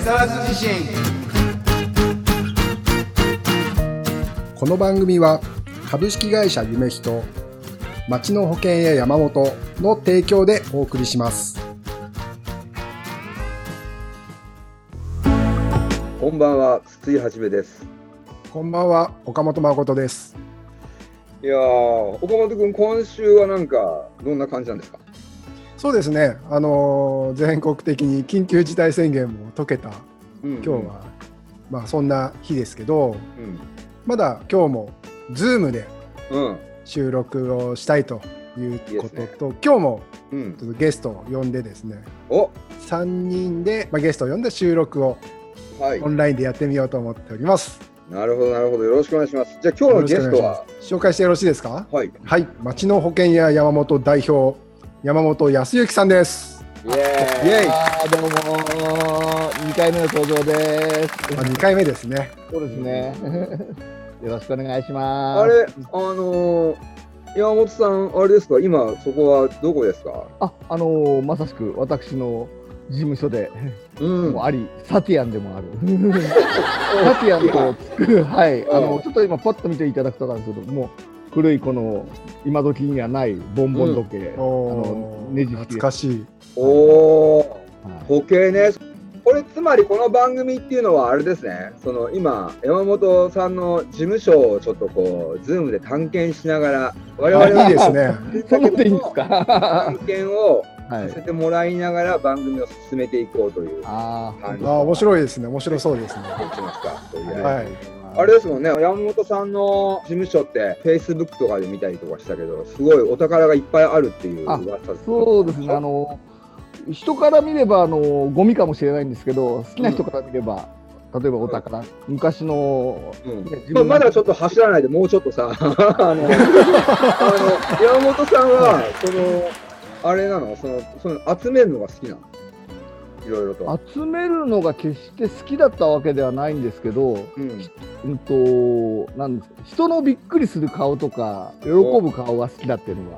沢津地震。 この番組は株式会社夢人、町の保険や山本の提供でお送りします。 こんばんは、筒井はじめです。 こんばんは、岡本誠です。 いやー、岡本君、今週はなんかどんな感じなんですか？ そうですね、全国的に緊急事態宣言も解けた、今日は、そんな日ですけど、まだ今日も Zoom で収録をしたいということと、今日もちょっとゲストを呼んでですね、3人で、ゲストを呼んで収録をオンラインでやってみようと思っております。 なるほどなるほど、よろしくお願いします。じゃあ今日のゲストは紹介してよろしいですか？ はい、 町の保険や山本代表、山本康之さんです。 イエーイ。どうも2回目の登場です。 2回目ですね。 そうですね。よろしくお願いします。 あれ、山本さん、あれですか、今そこはどこですか？ まさしく私の事務所でもあり、サティアンでもあるサティアンとつく、ちょっと今パッと見ていただくとなんですけども、古いこの今時にはないボンボン時計、ネジ懐かしい。 時計ね。これつまりこの番組っていうのはあれですね、その今山本さんの事務所をちょっとこうズームで探検しながら、我々はいいですね。 そんなでいいんですか？ 探検をさせてもらいながら番組を進めていこうという感じ。 面白いですね。面白そうですね。 あれですもんね、山本さんの事務所ってフェイスブックとかで見たりとかしたけど、すごいお宝がいっぱいあるっていう噂です。 そうですね。人から見ればゴミかもしれないんですけど、好きな人から見れば、例えばお宝、昔の、 まだちょっと走らないで、もうちょっとさ山本さんはそのあれなの、その集めるのが好きなの？いろいろと集めるのが決して好きだったわけではないんですけど、なんですか、人のびっくりする顔とか喜ぶ顔が好きだっていうのが。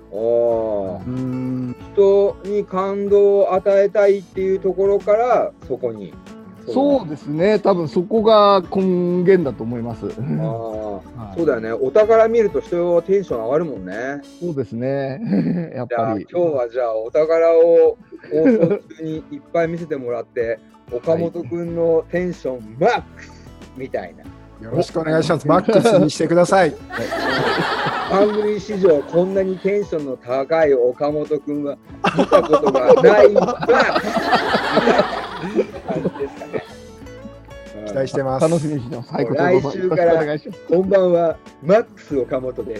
人に感動を与えたいっていうところからそこに。 そうですね、多分そこが根源だと思います。 そうだよね、お宝見ると人はテンション上がるもんね。 そうですね、やっぱり。 今日はじゃあお宝を放送中にいっぱい見せてもらって岡本くんのテンションマックスみたいな。 よろしくお願いします。マックスにしてください。 番組史上こんなにテンションの高い岡本くんは見たことがないマックスみたいな感じですかね。 期待してます。 楽しみにしてます。 来週からこんばんは、マックス岡本です。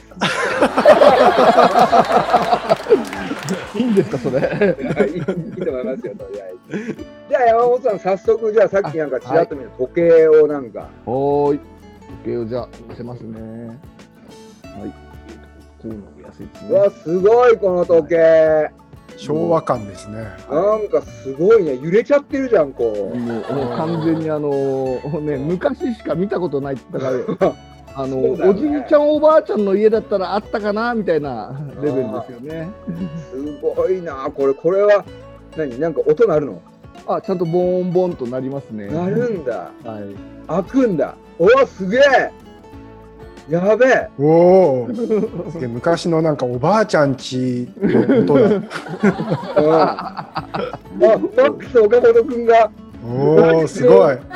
いいんですかそれ？ いいと思いますよ、とりあえず。じゃあ山本さん、早速じゃあさっきなんかちらっと見た時計をなんか。 時計をじゃあ見せますね。こういうの安いですね。 わ、すごいこの時計。 昭和感ですね。 なんかすごいね、揺れちゃってるじゃん、こう。 もう完全に昔しか見たことないって言ったから、おじいちゃんおばあちゃんの家だったらあったかなみたいなレベルですよね。 すごいな、これはなんか音鳴るの？ ちゃんとボーンボンとなりますね。 鳴るんだ。 開くんだ。すげえ。やべえ。 昔のなんかおばあちゃんちの音だ。 マックス岡本くんが。 すごい。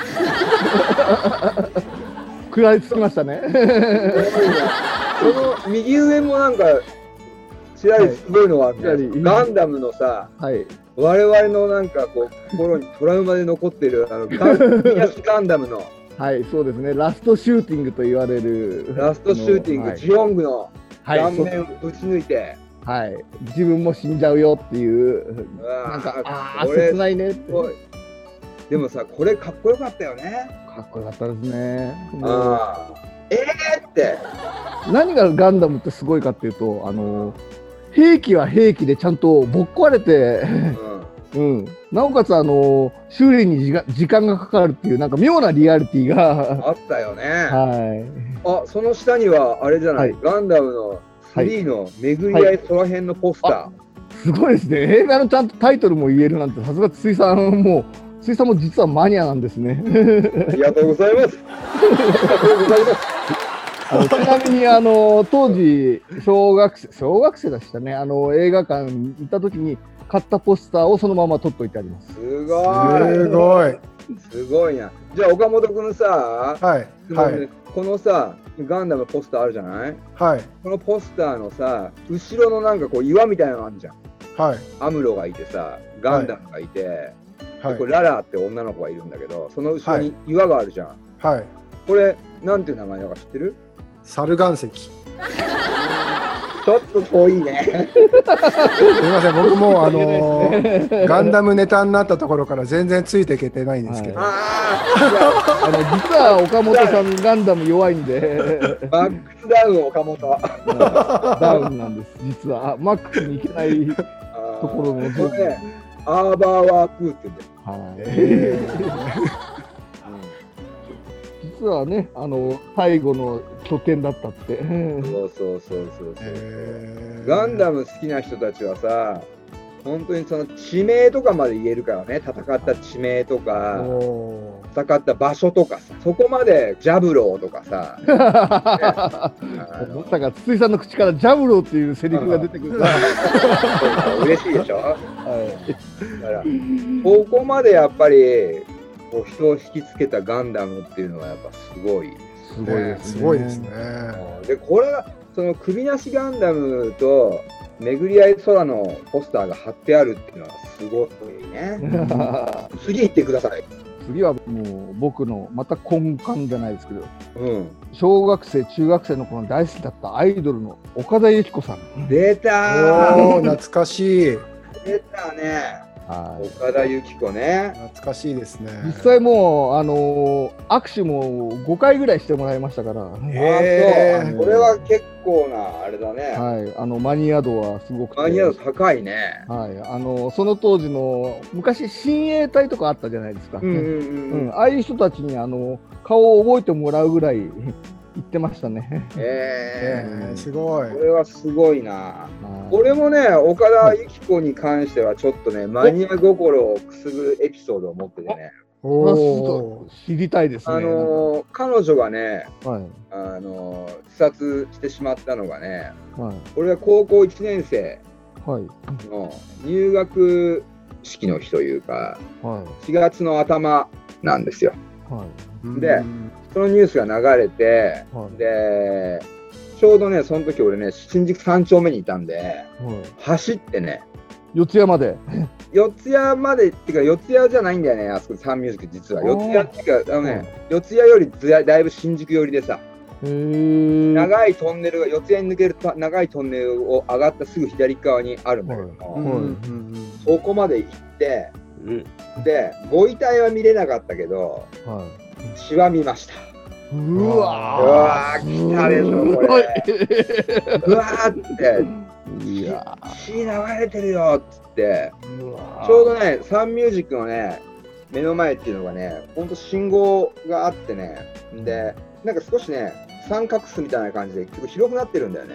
食らいつきましたね。 その右上もなんかちらりすごいのがあって、ガンダムのさ、我々のなんかこう心にトラウマで残ってるガンダムの。 そうですね。ラストシューティングと言われる。 ラストシューティング、ジオングの顔面をぶち抜いて。 自分も死んじゃうよっていう。なんか切ないねって。 でもさ、これかっこよかったよね。 かっこよかったですね。 って何がガンダムってすごいかっていうと、兵器は兵器でちゃんとぼっ壊れて、なおかつ修理に時間がかかるっていうなんか妙なリアリティがあったよね。その下にはあれじゃない、ガンダムの3の巡り合いそらへんのポスター。 すごいですね。映画のちゃんとタイトルも言えるなんて、さすが筒井さんも水さんも実はマニアなんですね。 ありがとうございます。 ちなみに当時小学生でしたね。映画館に行った時に買ったポスターをそのまま取っといてあります。 すごいな。じゃあ岡本君さ、このさガンダムポスターあるじゃない？はい。このポスターのさ後ろのなんかこう岩みたいなのあるじゃん。はい。アムロがいてさ、ガンダムがいて、はい、これララって女の子がいるんだけど、その後ろに岩があるじゃん。はい。これなんていう名前だか知ってる？ サル岩石。 ちょっと遠いね。 すみません、僕もガンダムネタになったところから全然ついていけてないんですけど。実は岡本さんガンダム弱いんで。 マックスダウン岡本。 ダウンなんです。実はマックスに行けないところの。 これね、アーバーワークって言うんだよ。 実はね、最後の拠点だったって。 そう。ガンダム好きな人たちはさ、本当にその地名とかまで言えるからね、戦った地名とか、戦った場所とかさ、そこまでジャブローとかさ。 だから筒井さんの口からジャブローっていうセリフが出てくるから。 嬉しいでしょ。だからここまでやっぱり。人を引きつけたガンダムっていうのはやっぱすごいですね。 でこれがその首なしガンダムと巡り合い空のポスターが貼ってあるっていうのはすごいね。次行ってください。 次はもう僕のまた根幹じゃないですけど、小学生中学生の頃大好きだったアイドルの岡田有希子さん。 出たー。懐かしい。 出たね。岡田有希子ね。 懐かしいですね。 実際もう握手も5回ぐらいしてもらいましたから。 これは結構なあれだね。 はい、マニア度はすごくて。 マニア度高いね。 はい、その当時の昔親衛隊とかあったじゃないですか。ああいう人たちに顔を覚えてもらうぐらい。言ってましたね。 すごい。 これはすごいな。俺もね、岡田有希子に関してはちょっとね、マニア心をくすぐるエピソードを持っててね。 知りたいですね。 彼女がね、自殺してしまったのがね、俺は高校1年生の入学式の日というか、4月の頭なんですよ。で、そのニュースが流れて、でちょうどねその時俺ね新宿3丁目にいたんで、走ってね四谷までっていうか四谷じゃないんだよね、あそこサンミュージック実は四谷っていうか四谷よりだいぶ新宿寄りでさ、長いトンネルが四谷に抜ける長いトンネルを上がったすぐ左側にあるんだけども、そこまで行って、でご遺体は見れなかったけど、血は見ました。うわー来たでしょこれ。うわーって血流れてるよっつって、ちょうどねサンミュージックのね目の前っていうのがねほんと信号があってね、でなんか少しね三角巣みたいな感じで結構広くなってるんだよね。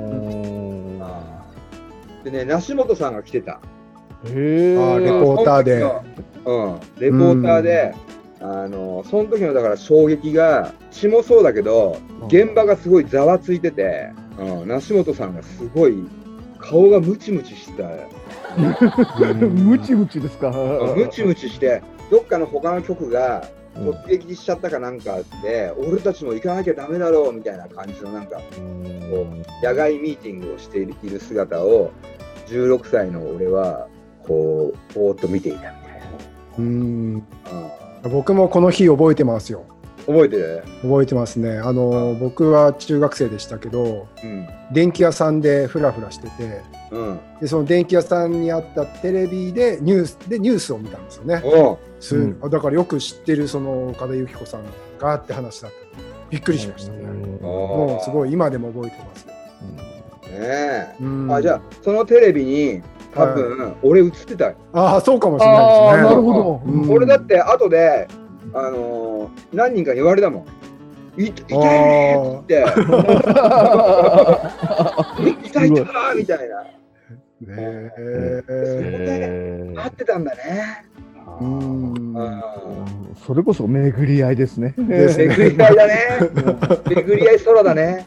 でね梨本さんが来てた。 レポーターで。 レポーターで。その時のだから衝撃が血もそうだけど現場がすごいざわついてて、梨本さんがすごい顔がムチムチしたムチムチですか。 ムチムチしてどっかの他の局が突撃しちゃったかなんかで、俺たちも行かなきゃダメだろうみたいな感じのなんかこう野外ミーティングをしている姿を16歳の俺はこうぼーっと見ていたみたいな。 僕もこの日覚えてますよ。 覚えてる？ 覚えてますね。僕は中学生でしたけど、電気屋さんでフラフラしてて、でその電気屋さんにあったテレビでニュースを見たんですよね。だからよく知ってるその岡田有希子さんがって話だった。びっくりしましたね。もうすごい今でも覚えてますよ。じゃあそのテレビに多分俺映ってたよ。 そうかもしれないですね。 なるほど。俺だって後で何人かに言われたもん。いたって。いたみたいな。そこで会ってたんだね。 それこそ巡り合いですね。 巡り合いだね。巡り合い空だね。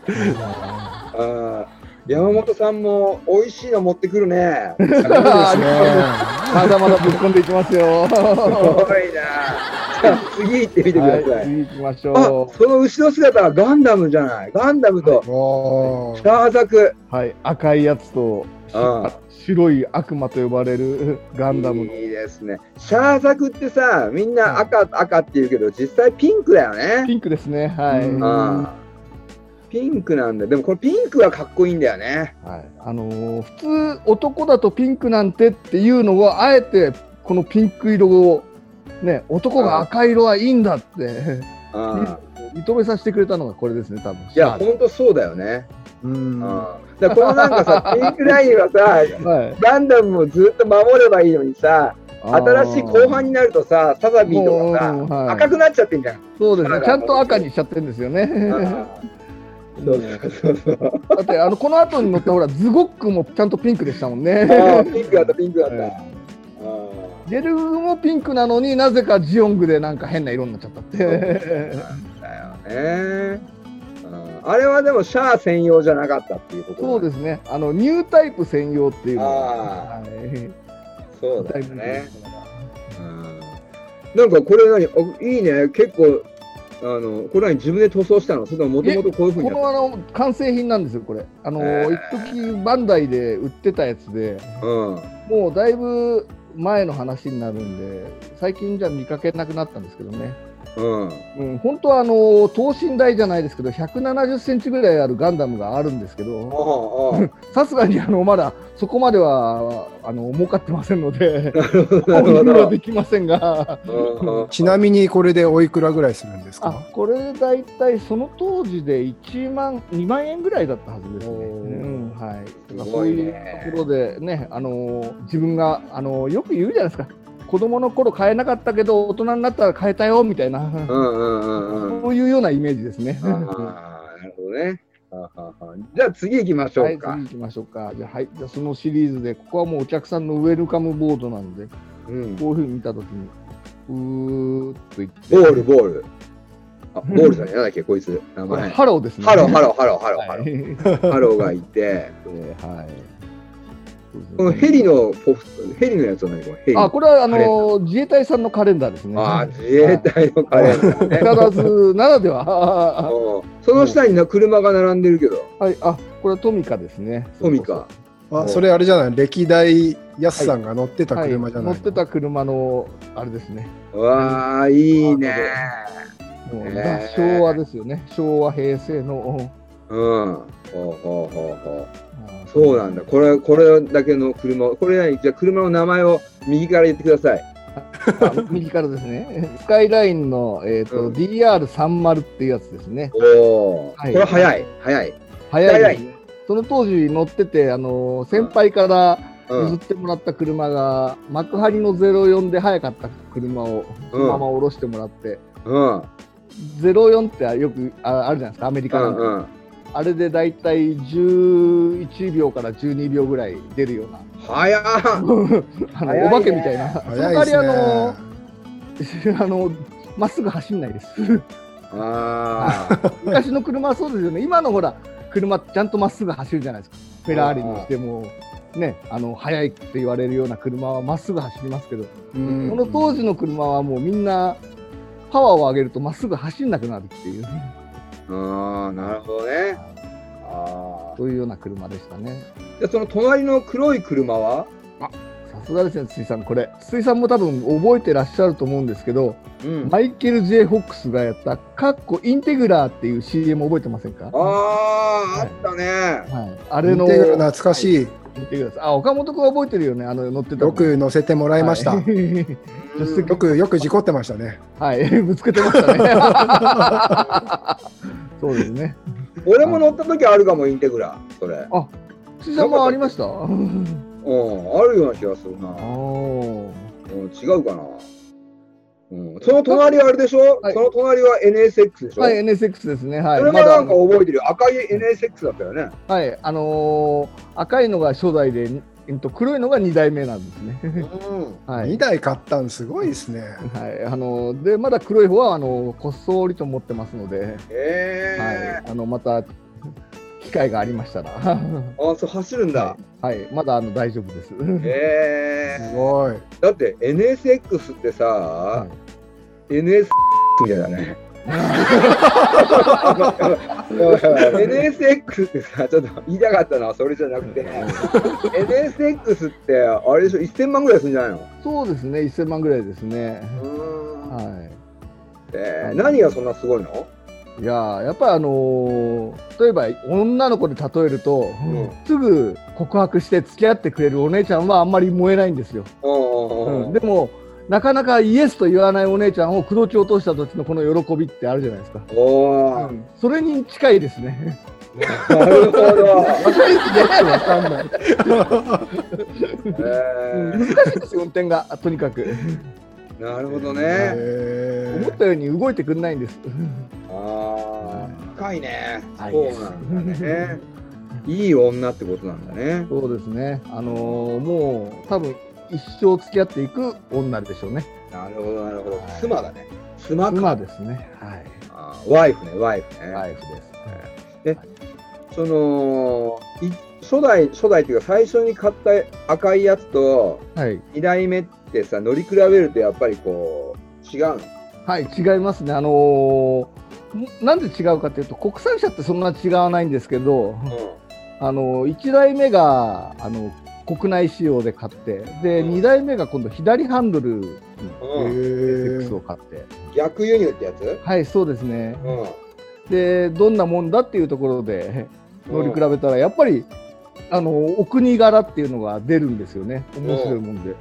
山本さんも美味しいの持ってくるね。 まだまだぶっ込んでいきますよ。 すごいな。じゃあ次行ってみてください。 次行きましょう。その後ろ姿はガンダムじゃない。ガンダムとシャーザク。 はい、赤いやつと白い悪魔と呼ばれるガンダム。 いいですね。シャーザクってさ、みんな赤って言うけど、実際ピンクだよね。 ピンクですね。はい。 ピンクなんだ。でもこれピンクはかっこいいんだよね。 はい。普通男だとピンクなんてっていうのをあえてこのピンク色をね、男が赤色はいいんだって認めさせてくれたのがこれですね、多分。 いや、本当そうだよね。だからこのなんかさ、ピンクラインはさ、ガンダムもずっと守ればいいのにさ、新しい後半になるとさ、サザビーとかさ、赤くなっちゃってんじゃん。 そうですね、ちゃんと赤にしちゃってるんですよね。だってこの後に乗ったほらズゴックもちゃんとピンクでしたもんね。 ピンクだった。 ジェルグもピンクなのになぜかジオングでなんか変な色になっちゃったって。だよね。あれはでもシャア専用じゃなかったっていうこと。 そうですね。ニュータイプ専用っていうのが。そうだよね。なんかこれいいね。結構。これは自分で塗装したの？それとももともとこういうふうに？ この完成品なんですよ、これ。一時バンダイで売ってたやつで、もうだいぶ前の話になるんで、最近じゃ見かけなくなったんですけどね。本当は等身大じゃないですけど、170センチぐらいあるガンダムがあるんですけど、さすがにまだそこまでは儲かってませんので、はできませんが。 ちなみにこれでおいくらぐらいするんですか？ これだいたいその当時で2万円ぐらいだったはずですね。はい。そういうところでね、自分がよく言うじゃないですか。子供の頃買えなかったけど大人になったら買えたよみたいな、そういうようなイメージですね。 なるほどね。じゃあ次行きましょうか。 次行きましょうか。じゃあそのシリーズでここはもうお客さんのウェルカムボードなんで、こういうふうに見たときにうーっといって、 ボールボールさん、なんだっけこいつ名前。 ハローですね。 ハローがいて、はい。このヘリのやつは何これ？ これは自衛隊さんのカレンダーですね。 自衛隊のカレンダーね。 必ずならでは。 その下に車が並んでるけど。 はい、これはトミカですね。 トミカ。 それあれじゃない？歴代やすさんが乗ってた車じゃない？ 乗ってた車のあれですね。 わあ、いいね。 昭和ですよね。昭和平成の。 そうなんだ。これだけの車、じゃあ車の名前を右から言ってください。 右からですね。スカイラインのDR30 っていうやつですね。 これ早い。 その当時乗ってて先輩から譲ってもらった車が幕張の04で速かった車をそのまま下ろしてもらって、04ってよくあるじゃないですか、アメリカなんか。あれでだいたい11秒から12秒ぐらい出るような。 早っお化けみたいな。その代わりまっすぐ走んないです。昔の車はそうですよね。今のほら車ちゃんとまっすぐ走るじゃないですか。フェラーリにしてもね、速いって言われるような車はまっすぐ走りますけど、この当時の車はもうみんなパワーを上げるとまっすぐ走んなくなるっていう。 なるほどね。 そういうような車でしたね。 で、その隣の黒い車は？ さすがですね、筒井さん。これ筒井さんも多分覚えてらっしゃると思うんですけど、マイケル・J・フォックスがやったインテグラーっていう CM 覚えてませんか？ あったね。 あれのインテグラ懐かしい。 岡本君覚えてるよね。乗ってた。 よく乗せてもらいました。よく事故ってましたね。 はい、ぶつけてましたね。そうですね。 俺も乗った時あるかも、インテグラそれ。 筒井さんもありました？ あるような気がするな。違うかな。その隣はあれでしょ？その隣は NSX でしょ？ はい、NSX ですね。はい。 それもなんか覚えてるよ。赤い NSX だったよね。 はい、赤いのが初代で、 黒いのが2台目なんですね。 はい、2台買ったんすごいですね。 はい、でまだ黒い方はこっそりと持ってますので、はい、また機会がありましたらそう走るんだ。 はい、まだ大丈夫です。 すごい。 だって NSX ってさ、NS みたいだね。NSX ってさ、ちょっと言いたかったのはそれじゃなくてNSX ってあれでしょ、1000万ぐらいするんじゃないの？ そうですね、1000万ぐらいですね。 はい。何がそんなすごいの？ いややっぱり例えば女の子で例えると、すぐ告白して付き合ってくれるお姉ちゃんはあんまり燃えないんですよ。でもなかなかイエスと言わないお姉ちゃんを口説き落とした時のこの喜びってあるじゃないですか。それに近いですね。 なるほど。 わかんない。難しいです、運転がとにかく。 なるほどね。 思ったように動いてくれないんです。 深いね。そうなんだね。いい女ってことなんだね。 そうですね。もう多分一生付き合っていく女でしょうね。 なるほどなるほど。妻だね。 妻ですね。はい。 ワイフね、ワイフね。 ワイフです。 で、その初代っていうか最初に買った赤いやつと2代目ってさ、乗り比べるとやっぱりこう違うの？ はい、違いますね。なんで違うかというと、国産車ってそんな違わないんですけど、1台目が国内仕様で買って、で2台目が今度左ハンドルに SX を買って、 逆輸入ってやつ？ はい、そうですね。でどんなもんだっていうところで乗り比べたら、やっぱりお国柄っていうのが出るんですよね。面白いもんで。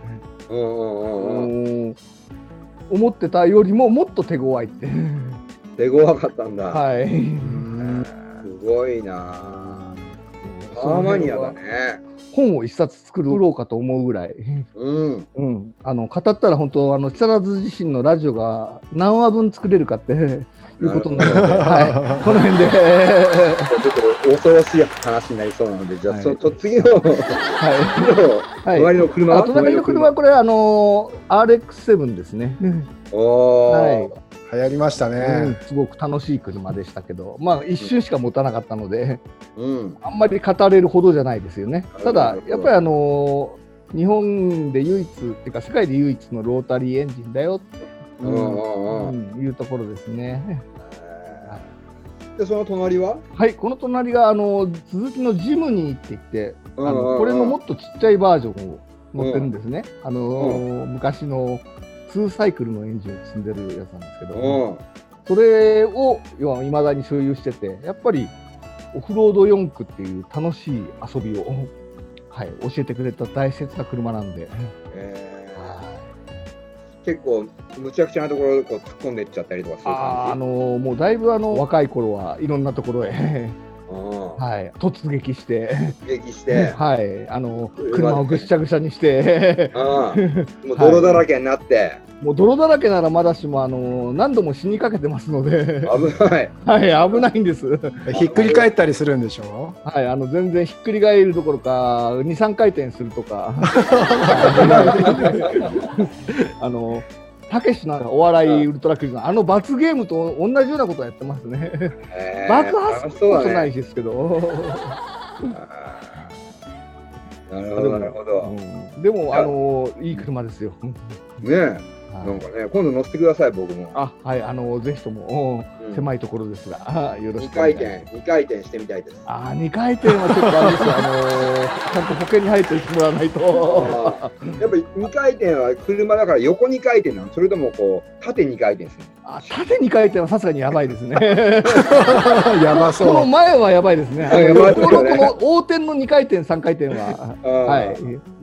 思ってたよりももっと手強いって。 手強かったんだ。 はい。 すごいな。カーマニアだね。 本を一冊作ろうかと思うぐらい。語ったら本当木更津自身のラジオが何話分作れるかっていうことになるので、はい、この辺でちょっと恐ろしい話になりそうなので、じゃあ次の隣の車は？ 隣の車はこれRX7 ですね。 はい。 流行りましたね。 すごく楽しい車でしたけど、まあ一瞬しか持たなかったので、あんまり語れるほどじゃないですよね。ただやっぱり日本で唯一っていうか世界で唯一のロータリーエンジンだよっていうところですね。 でその隣は？ はい、この隣が鈴木のジムニーって言って、これのもっとちっちゃいバージョンを乗ってるんですね。昔の2サイクルのエンジンを積んでるやつなんですけど、それをいまだに所有してて、やっぱりオフロード4駆っていう楽しい遊びを、はい、教えてくれた大切な車なんで、 結構むちゃくちゃなところこう突っ込んでいっちゃったりとかする感じ？ もうだいぶ若い頃はいろんなところへはい、突撃して、はい、車をぐしゃぐしゃにしてもう泥だらけになって、 もう泥だらけならまだしも何度も死にかけてますので危ない、 はい、危ないんです。 ひっくり返ったりするんでしょ？ はい、全然ひっくり返るどころか2、3回転するとかたけしのお笑いウルトラクイズの罰ゲームと同じようなことをやってますね。爆発こそないですけど。 なるほどなるほど。 でもいい車ですよ。 ねえ。なんかね、今度乗せてください、僕も。 はい、ぜひとも、狭いところですが、よろしくお願いします。 2回転してみたいです。 2回転はちょっとあれですよ、ちゃんと保険に入ってもらわないと。 やっぱり2回転は車だから横2回転なの？それともこう縦2回転するの？ 縦2回転はさすがにやばいですね。 やばそう。 この前はやばいですね。この横転の2回転、3回転は、はい、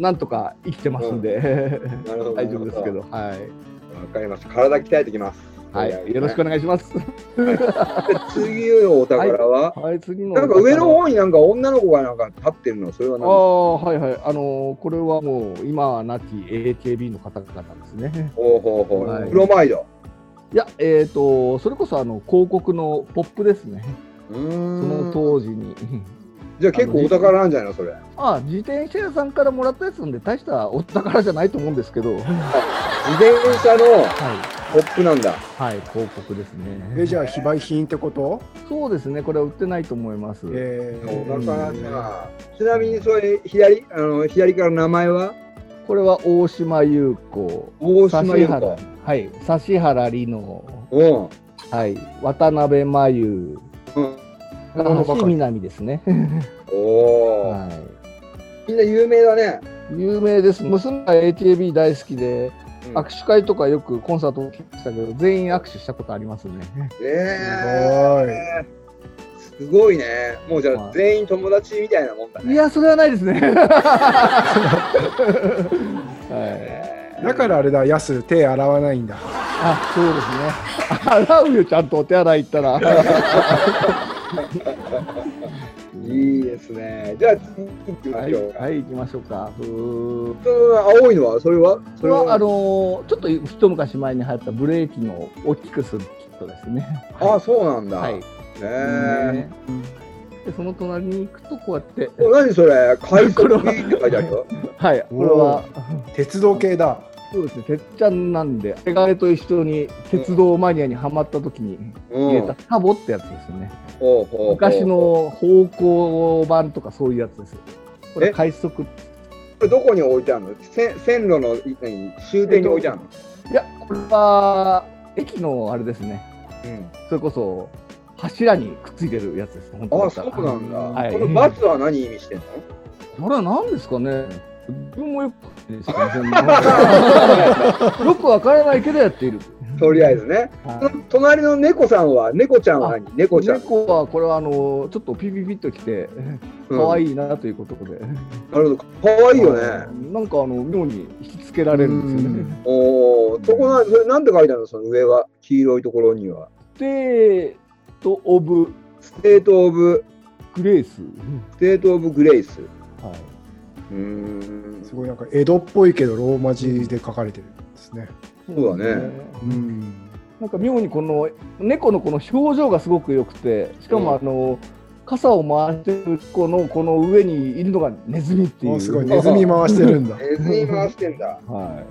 なんとか生きてますんで、大丈夫ですけど、はい。 わかりました。体鍛えてきます。 はい、よろしくお願いします。 次のお宝は、 次のなんか上の方になんか女の子がなんか立ってるの、それは何ですか？ これはもう今は亡き AKB の方々ですね。 プロマイド。 いや、それこそ広告のポップですね。その当時にじゃあ結構お宝なんじゃないのそれ。 自転車屋さんからもらったやつなんで大したお宝じゃないと思うんですけど。 自転車のポップなんだ。 はい、広告ですね。 じゃあ非売品ってこと？ そうですね、これは売ってないと思います。 お宝じゃ。ちなみにそれ左から名前は？ これは大島優子。 大島優子。 はい、指原莉乃。はい、渡辺真由。橋みなみですね。 はい。みんな有名だね。 有名です。娘が AKB 大好きで、握手会とかよくコンサート来てたけど、全員握手したことありますね。 すごいね。もうじゃあ全員友達みたいなもんだね。 いや、それはないですね。 だからあれだ、ヤス手洗わないんだ。 そうですね。洗うよ、ちゃんとお手洗い行ったら。 いいですね。じゃあ次行きましょう。 はい、行きましょうか。 青いのはそれはちょっと一昔前に流行ったブレーキの大きくするキットですね。 そうなんだ。 はい。でその隣に行くとこうやって。 何それ？快速って書いてあるよ。 はい。これは鉄道系だ。 そうですね。てっちゃんなんで、手紙と一緒に鉄道マニアにはまった時に入れたタボってやつですよね。昔の方向版とかそういうやつです。これ快速。これどこに置いてあるの？線路の終点に置いてあるの？ いや、これは駅のあれですね。それこそ柱にくっついてるやつです。 そうなんだ。このバツは何意味してんの？ これは何ですかね。自分もよくわからないけどやっている。 とりあえずね。隣の猫ちゃんは何？猫ちゃん。 猫はこれはちょっとピピピッときて可愛いなということで。なるほど。可愛いよね。 なんか妙に引きつけられるんですよね。 そこなんて書いてあるの？その上は黄色いところには。 ステートオブグレイス。 すごいなんか江戸っぽいけどローマ字で書かれてるんですね。 そうだね。 なんか妙にこの猫のこの表情がすごく良くて、しかも傘を回してる子のこの上にいるのがネズミっていう。 すごいネズミ回してるんだ。 ネズミ回してんだ。 はい。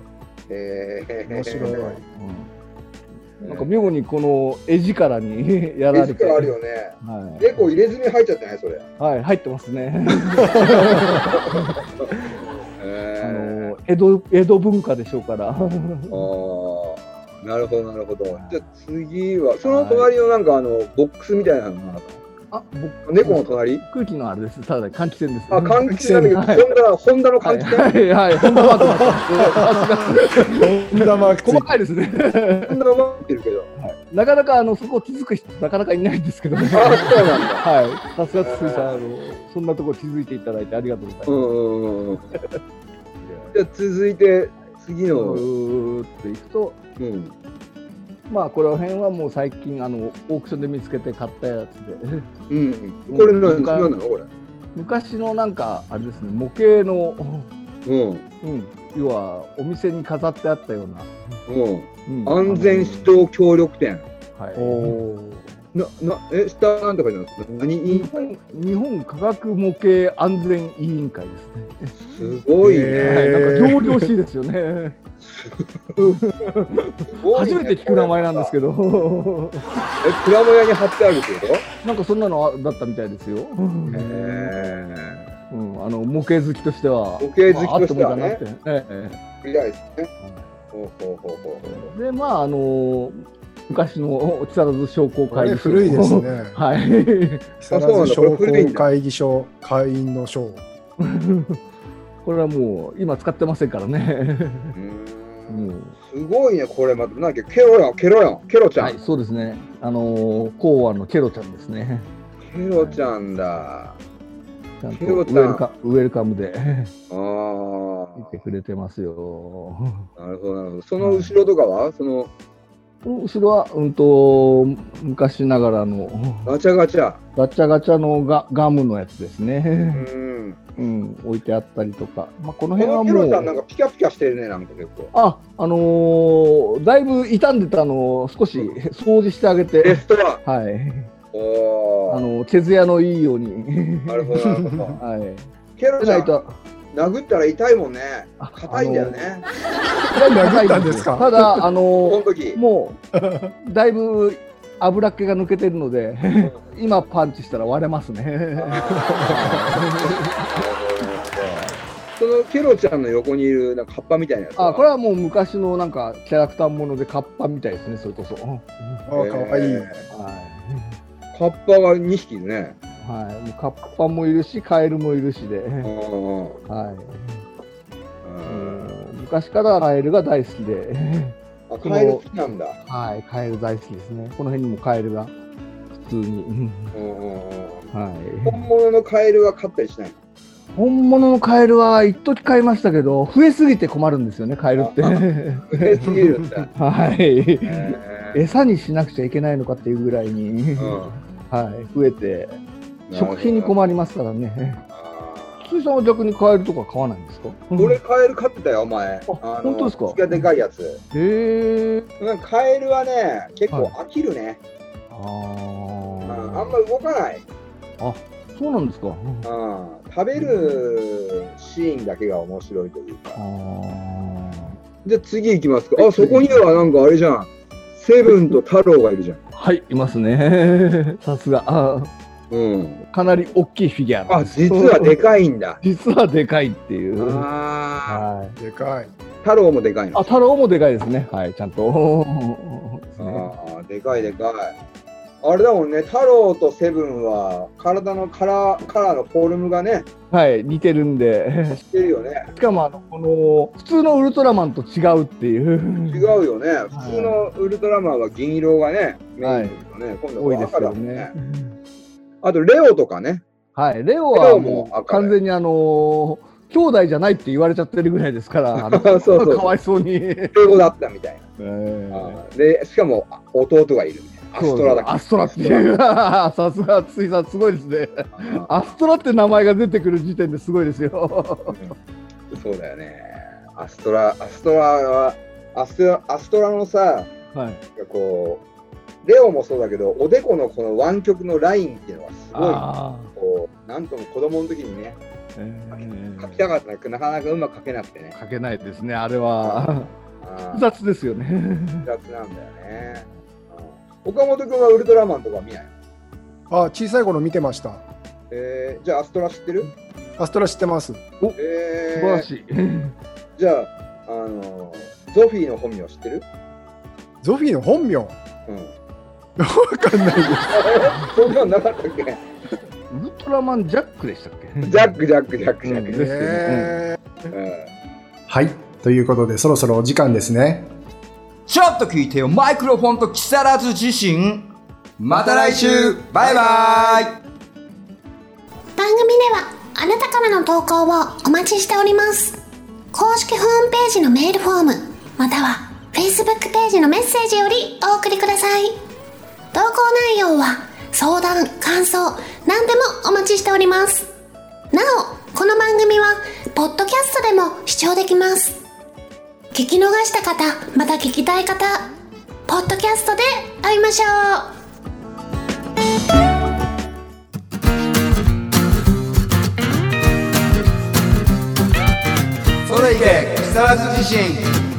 面白い。 なんか妙にこの絵力にやられて。 絵力あるよね。猫入れ墨入っちゃってないそれ。 はい、入ってますね。江戸文化でしょうから。 なるほど。じゃあ次はその隣のなんかボックスみたいなのが猫の隣？ 空気のあれです。ただ換気扇です。 換気扇だけどホンダの換気扇？ はい、ホンダマーク。 ホンダマーク細かいですね。 ホンダマークってるけど。 なかなかそこ気づく人なかなかいないんですけどね。 そうなんだ。 はい。さすがついさんそんなところ気づいていただいてありがとうございます。 じゃあ続いて次のっていくと。まあこの辺はもう最近オークションで見つけて買ったやつで。 これ何なのこれ？ 昔のなんかあれですね、模型の要はお店に飾ってあったような安全指導協力店。 はい。 下なんとかじゃなくて日本科学模型安全委員会ですね。すごいね。 なんか仰々しいですよね。初めて聞く名前なんですけど。 プラモ屋に貼ってあるけど？ なんかそんなのだったみたいですよ。模型好きとしては。 模型好きとしてはね。 みたいですね。でまあ昔の木更津商工会議所。 古いですね。 はい。 木更津商工会議所会員の賞。 これはもう今使ってませんからね。 すごいね、これまたなんかケロちゃん。 はい、そうですね。公安のケロちゃんですね。 ケロちゃんだ。 ちゃんとウェルカムで見てくれてますよ。 なるほど。その後ろとかは後ろは昔ながらのガチャガチャのガムのやつですね。置いてあったりとか、まあこの辺はもう。ケロちゃんなんかピカピカしてるね、なんか結構。 だいぶ傷んでたのを少し掃除してあげて。 レストラン。 はい。 毛艶のいいように。 なるほどなるほど。 はい。 ケロちゃん殴ったら痛いもんね。硬いんだよね。 殴ったんですか。 ただもうだいぶ油っ気が抜けてるので、今パンチしたら割れますね。 そのケロちゃんの横にいるなんかカッパみたいなやつ。 これはもう昔のなんかキャラクターものでカッパみたいですね。それこそ。 かわいい。 カッパが2匹いるね。 はい。もうカッパもいるし、カエルもいるしで。はい。昔からカエルが大好きで。 カエル好きなんだ。 はい、カエル大好きですね。この辺にもカエルが普通に。 はい。本物のカエルは飼ったりしないの？ 本物のカエルは一時飼いましたけど、増えすぎて困るんですよね、カエルって。増えすぎるんだ。 はい。餌にしなくちゃいけないのかっていうぐらいに、はい、増えて、食費に困りますからね。筒井さんは逆にカエルとか飼わないんですか？ 俺カエル飼ってたよ、前。 本当ですか？ 口がでかいやつ。 へえ。 カエルはね、結構飽きるね。あんま動かない。 そうなんですか。 食べるシーンだけが面白いというか。じゃあ次行きますか。そこにはなんかあれじゃん。セブンと太郎がいるじゃん。 はい、いますね。さすが。かなり大きいフィギュア。 実はでかいんだ。 実はでかいっていう。 でかい。 太郎もでかいの。 太郎もでかいですね。はい、ちゃんと。 でかいでかい。あれだもんね、太郎とセブンは体のカラーのフォルムがね、 はい、似てるんで。 似てるよね。 しかもこの普通のウルトラマンと違うっていう。 違うよね。普通のウルトラマンは銀色がね、メインですよね。今度は赤だもんね。あとレオとかね。 はい、レオはもう完全に兄弟じゃないって言われちゃってるぐらいですから、 そうかわいそうに。 英語だったみたいな。で、しかも弟がいるみたいな。アストラだ。 アストラっていう。さすが筒井さん、すごいですね。アストラって名前が出てくる時点ですごいですよ。 そうだよね。アストラのさ、こうレオもそうだけど、おでこのこの湾曲のラインっていうのはすごい、こうなんとも子供の時にね、描きたかったけどなかなかうまく描けなくてね。 描けないですね。あれは複雑ですよね。 複雑なんだよね。岡本君はウルトラマンとか見ない？ 小さい頃見てました。 じゃあアストラ知ってる？ アストラ知ってます。 素晴らしい。 じゃあゾフィーの本名知ってる？ ゾフィーの本名？わかんないです。 そんなんなかったっけ？ ウルトラマンジャックでしたっけ？ ジャックはい、ということでそろそろお時間ですね。 ちょっと聞いてよ、マイクロフォンと木更津自身。また来週、バイバイ。 番組ではあなたからの投稿をお待ちしております。公式ホームページのメールフォーム、または Facebook ページのメッセージよりお送りください。投稿内容は相談、感想、何でもお待ちしております。なお、この番組はポッドキャストでも視聴できます。聞き逃した方、また聞きたい方、ポッドキャストで会いましょう。それいけ木更津自身。